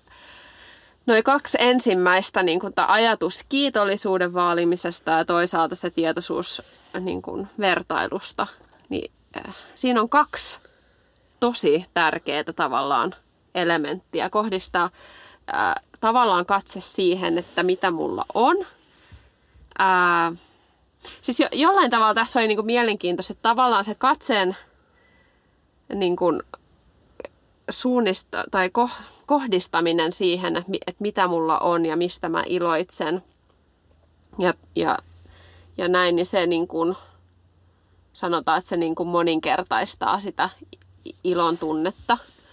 noi kaksi ensimmäistä, niin kun ajatus kiitollisuuden vaalimisesta ja toisaalta se tietoisuus niin kun vertailusta, niin äh, siinä on kaksi tosi tärkeää tavallaan elementtiä. Kohdistaa äh, tavallaan katse siihen, että mitä mulla on. Ää, siis jo, jollain tavalla tässä oli niinku mielenkiintoista, että tavallaan se katseen niinku suunnista, tai ko, kohdistaminen siihen, että, että mitä mulla on ja mistä mä iloitsen ja, ja, ja näin, niin se niinku, sanotaan, että se niinku moninkertaistaa sitä ilon tunnetta.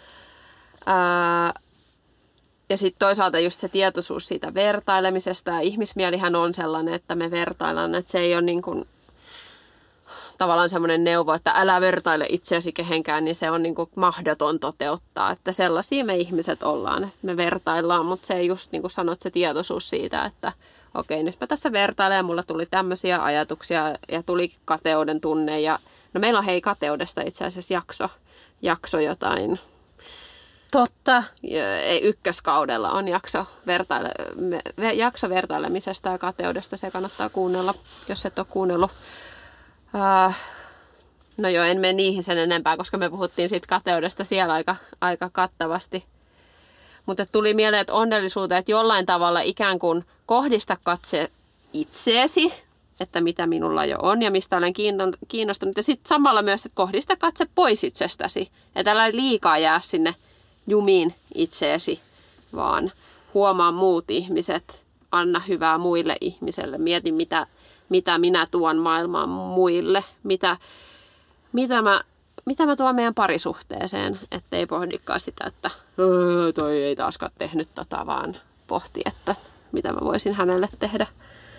Ää, Ja sitten toisaalta just se tietoisuus siitä vertailemisesta ja ihmismielihän on sellainen, että me vertaillaan, että se ei ole niin kuin tavallaan semmoinen neuvo, että älä vertaile itseäsi kehenkään, niin se on niin kuin mahdoton toteuttaa, että sellaisia me ihmiset ollaan, että me vertaillaan, mutta se ei just niin kuin sanot se tietoisuus siitä, että okei, nytpä tässä vertailee, mulla tuli tämmöisiä ajatuksia ja tuli kateuden tunne ja no meillä on hei kateudesta itse asiassa jakso, jakso jotain. Totta. Ei, ykköskaudella on jakso, vertaile, jakso vertailemisesta ja kateudesta. Se kannattaa kuunnella, jos et ole kuunnellut. Uh, no joo, en mene niihin sen enempää, koska me puhuttiin siitä kateudesta siellä aika, aika kattavasti. Mutta tuli mieleen, että onnellisuuteen, että jollain tavalla ikään kuin kohdista katse itseesi, että mitä minulla jo on ja mistä olen kiinnostunut. Ja sitten samalla myös, että kohdista katse pois itsestäsi. Että älä liikaa jää sinne jumiin itseesi, vaan huomaa muut ihmiset, anna hyvää muille ihmisille, mieti mitä, mitä minä tuon maailmaan muille, mitä, mitä, mä, mitä mä tuon meidän parisuhteeseen, ettei pohdikaan sitä, että toi ei taaskaan tehnyt tota, vaan pohti, että mitä mä voisin hänelle tehdä.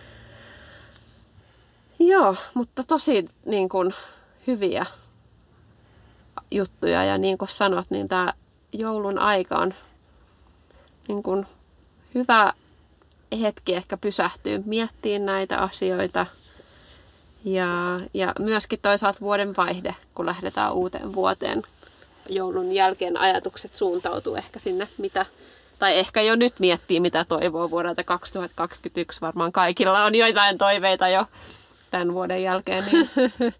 Joo, mutta tosi niin kun, hyviä juttuja ja niin kuin sanot, niin tää joulun aika on niin kuin hyvä hetki ehkä pysähtyä miettimään näitä asioita. Ja, ja myöskin toisaalta vuoden vaihde, kun lähdetään uuteen vuoteen. Joulun jälkeen ajatukset suuntautuu ehkä sinne, mitä, tai ehkä jo nyt miettii, mitä toivoo vuodelta kaksituhattakaksikymmentäyksi. Varmaan kaikilla on joitain toiveita jo tämän vuoden jälkeen. Niin,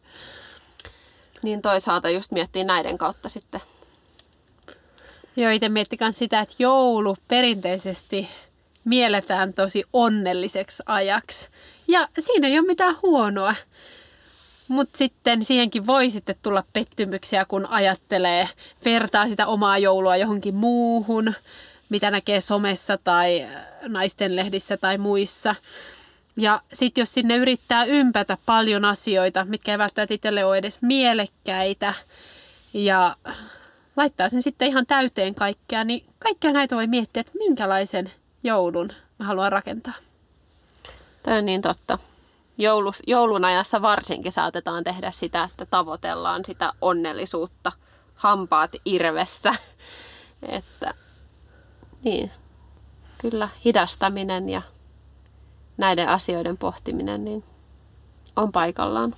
niin toisaalta just miettii näiden kautta sitten. Joo, itse miettii myös sitä, että joulu perinteisesti mielletään tosi onnelliseksi ajaksi. Ja siinä ei ole mitään huonoa. Mutta sitten siihenkin voi sitten tulla pettymyksiä, kun ajattelee, vertaa sitä omaa joulua johonkin muuhun, mitä näkee somessa tai naistenlehdissä tai muissa. Ja sitten jos sinne yrittää ympätä paljon asioita, mitkä ei välttämättä itselle ole edes mielekkäitä, ja laittaa sen sitten ihan täyteen kaikkea, niin kaikkea näitä voi miettiä, että minkälaisen joulun mä haluan rakentaa. Tämä on niin totta. Joulus, joulun ajassa varsinkin saatetaan tehdä sitä, että tavoitellaan sitä onnellisuutta hampaat irvessä. Että, niin, kyllä hidastaminen ja näiden asioiden pohtiminen niin on paikallaan.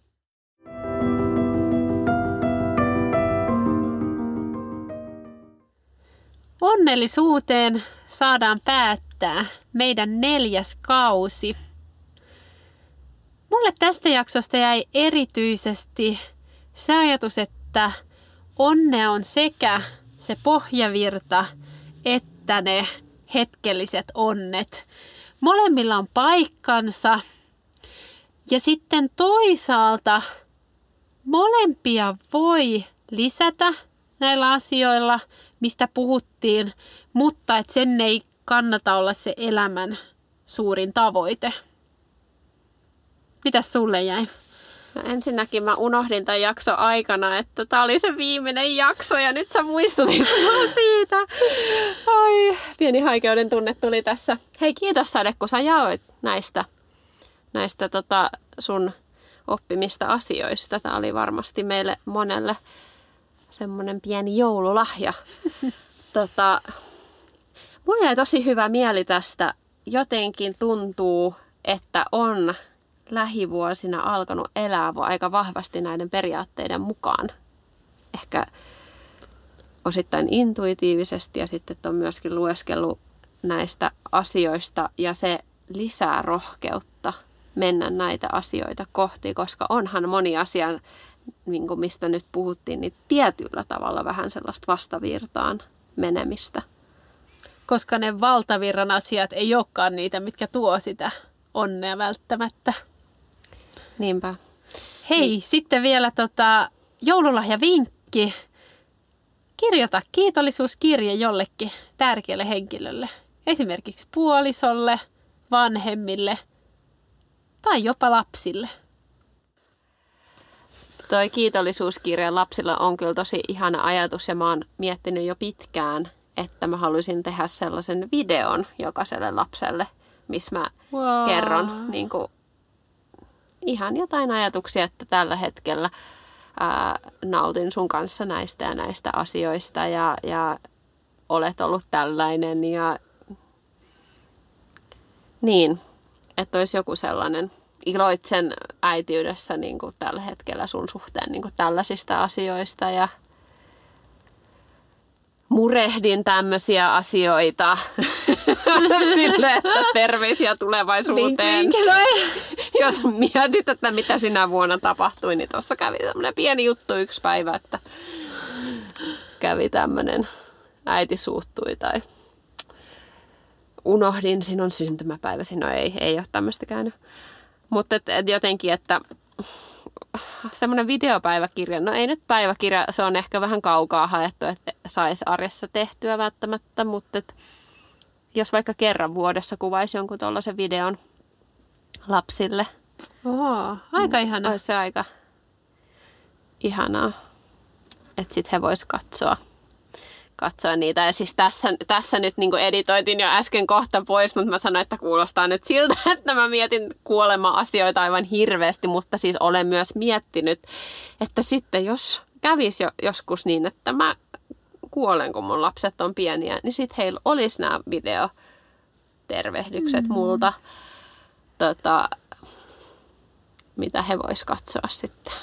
Onnellisuuteen saadaan päättää meidän neljäs kausi. Mulle tästä jaksosta jäi erityisesti se ajatus, että onnea on sekä se pohjavirta että ne hetkelliset onnet. Molemmilla on paikkansa ja sitten toisaalta molempia voi lisätä näillä asioilla, mistä puhuttiin, mutta et sen ei kannata olla se elämän suurin tavoite. Mitäs sulle jäi? No ensinnäkin mä unohdin tämän jakson aikana, että tää oli se viimeinen jakso ja nyt sä muistutit siitä. Ai, pieni haikeuden tunne tuli tässä. Hei, kiitos Sade, kun sä jaoit näistä, näistä tota sun oppimista asioista. Tää oli varmasti meille monelle semmoinen pieni joululahja. tota, mulla jäi tosi hyvä mieli tästä. Jotenkin tuntuu, että on lähivuosina alkanut elää aika vahvasti näiden periaatteiden mukaan. Ehkä osittain intuitiivisesti ja sitten on myöskin lueskellut näistä asioista ja se lisää rohkeutta mennä näitä asioita kohti, koska onhan moni asia, niin kuin mistä nyt puhuttiin, niin tietyllä tavalla vähän sellaista vastavirtaan menemistä. Koska ne valtavirran asiat ei olekaan niitä, mitkä tuo sitä onnea välttämättä. Niinpä. Hei, niin. Sitten vielä tota, joululahjavinkki. Kirjoita kiitollisuuskirje jollekin tärkeälle henkilölle. Esimerkiksi puolisolle, vanhemmille tai jopa lapsille. Toi kiitollisuuskirje lapsilla on kyllä tosi ihana ajatus ja mä oon miettinyt jo pitkään, että mä haluaisin tehdä sellaisen videon jokaiselle lapselle, missä mä wow. kerron niin kuin, ihan jotain ajatuksia, että tällä hetkellä ää, nautin sun kanssa näistä ja näistä asioista ja, ja olet ollut tällainen ja niin, että olisi joku sellainen iloitsen äitiydessä niin kuin tällä hetkellä sun suhteen niin kuin tällaisista asioista ja murehdin tämmöisiä asioita sille, että terveisiä tulevaisuuteen. Vink, vink. Jos mietit, että mitä sinä vuonna tapahtui, niin tuossa kävi tämmöinen pieni juttu yksi päivä, että kävi tämmöinen äiti suuttui tai unohdin sinun syntymäpäiväsi. No ei, ei ole tämmöistä käynyt. Mutta et, et jotenkin, että semmoinen videopäiväkirja, no ei nyt päiväkirja, se on ehkä vähän kaukaa haettu, että saisi arjessa tehtyä välttämättä, mutta et, jos vaikka kerran vuodessa kuvaisi jonkun tuollaisen videon lapsille. Oho, aika ihanaa. Olisi se aika ihanaa, että sitten he vois katsoa. katsoa niitä. Ja siis tässä, tässä nyt niin kuin editoitin jo äsken kohta pois, mutta mä sanoin, että kuulostaa nyt siltä, että mä mietin kuolema-asioita aivan hirveästi, mutta siis olen myös miettinyt, että sitten jos kävisi jo joskus niin, että mä kuolen, kun mun lapset on pieniä, niin sitten heillä olisi nämä videotekstit tervehdykset mm. multa, tota, mitä he vois katsoa sitten.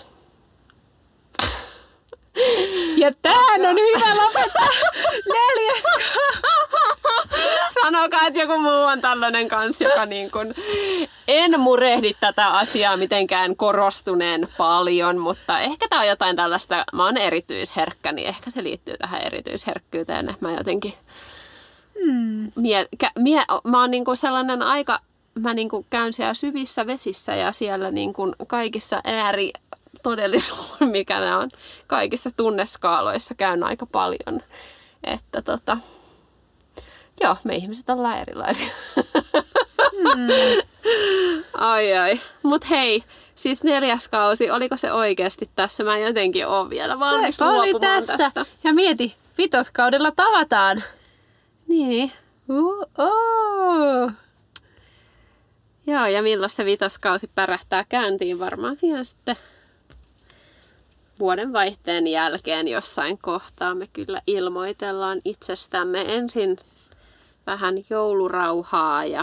Ja tähän on hyvä lopettaa neljäs. Sanokaa, että joku muu on tällainen kanssa, joka niin kuin, en murehdi tätä asiaa mitenkään korostuneen paljon, mutta ehkä tämä on jotain tällaista, mä oon erityisherkkä, niin ehkä se liittyy tähän erityisherkkyyteen, että mä jotenkin, hmm. mie, kä, mie, mä oon niin kuin sellainen aika, mä niin kuin käyn siellä syvissä vesissä ja siellä niin kuin kaikissa ääri todellisuus, mikä ne on kaikissa tunneskaaloissa käyn aika paljon, että tota, joo, me ihmiset ollaan erilaisia. Hmm. Ai ai. Mut hei, siis neljäs kausi, oliko se oikeasti tässä? Mä jotenkin oon vielä valmis se oli luopumaan tässä. tästä. Ja mieti, vitoskaudella tavataan. Niin. Uh-oh. Joo, ja milloin se vitoskausi pärähtää käyntiin? Varmaan siinä sitten vuoden vaihteen jälkeen jossain kohtaa me kyllä ilmoitellaan itsestämme ensin vähän joulurauhaa ja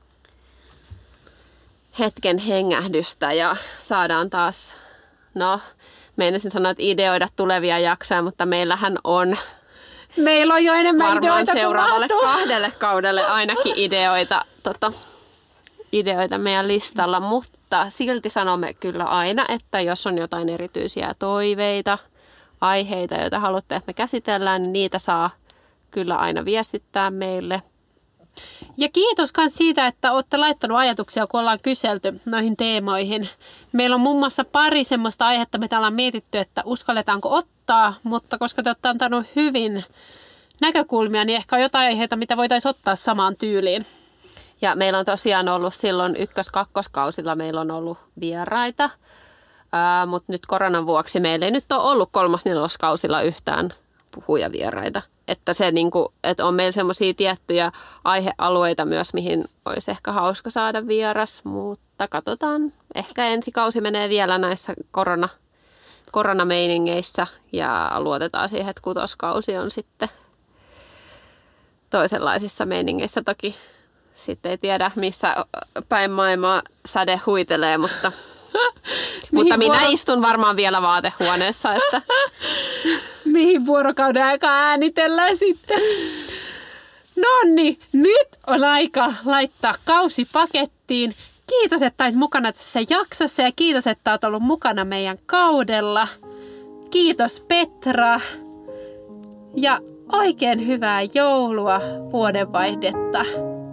hetken hengähdystä ja saadaan taas, no meinasin sanoa, että ideoida tulevia jaksoja, mutta meillähän on Meillä on jo enemmän varmaan ideoita seuraavalle kuin kahdelle kaudelle ainakin ideoita, tota, ideoita meidän listalla, mutta silti sanomme kyllä aina, että jos on jotain erityisiä toiveita, aiheita, joita haluatte, että me käsitellään, niin niitä saa kyllä aina viestittää meille. Ja kiitos myös siitä, että olette laittanut ajatuksia, kun ollaan kyselty noihin teemoihin. Meillä on muun muassa pari semmoista aihetta, mitä ollaan mietitty, että uskalletaanko ottaa, mutta koska te olette antanut hyvin näkökulmia, niin ehkä on jotain aiheita, mitä voitaisiin ottaa samaan tyyliin. Ja meillä on tosiaan ollut silloin ykkös-kakkoskausilla meillä on ollut vieraita, ää, mutta nyt koronan vuoksi meillä ei nyt ole ollut kolmas-neloskausilla yhtään puhujavieraita. Että, se, niin kuin, että on meillä semmoisia tiettyjä aihealueita myös, mihin olisi ehkä hauska saada vieras, mutta katsotaan. Ehkä ensi kausi menee vielä näissä korona, koronameiningeissä ja luotetaan siihen, että kutoskausi on sitten toisenlaisissa meiningeissä. Toki sitten ei tiedä, missä päin maailmaa sade huitelee, mutta, mutta minä vuoro... istun varmaan vielä vaatehuoneessa, että... Mihin vuorokauden aikaa äänitellään sitten. Nonni, nyt on aika laittaa kausi pakettiin. Kiitos, että olet mukana tässä jaksossa ja kiitos, että olet ollut mukana meidän kaudella. Kiitos Petra ja oikein hyvää joulua, vuodenvaihdetta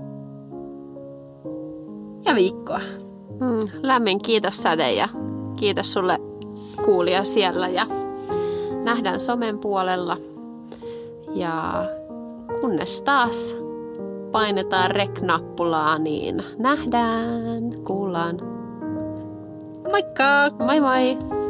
ja viikkoa. Mm, lämmin kiitos Sade ja kiitos sulle kuulija siellä ja nähdään somen puolella ja kunnes taas painetaan rek-nappulaa, niin nähdään, kuullaan. Moikka! Moi moi!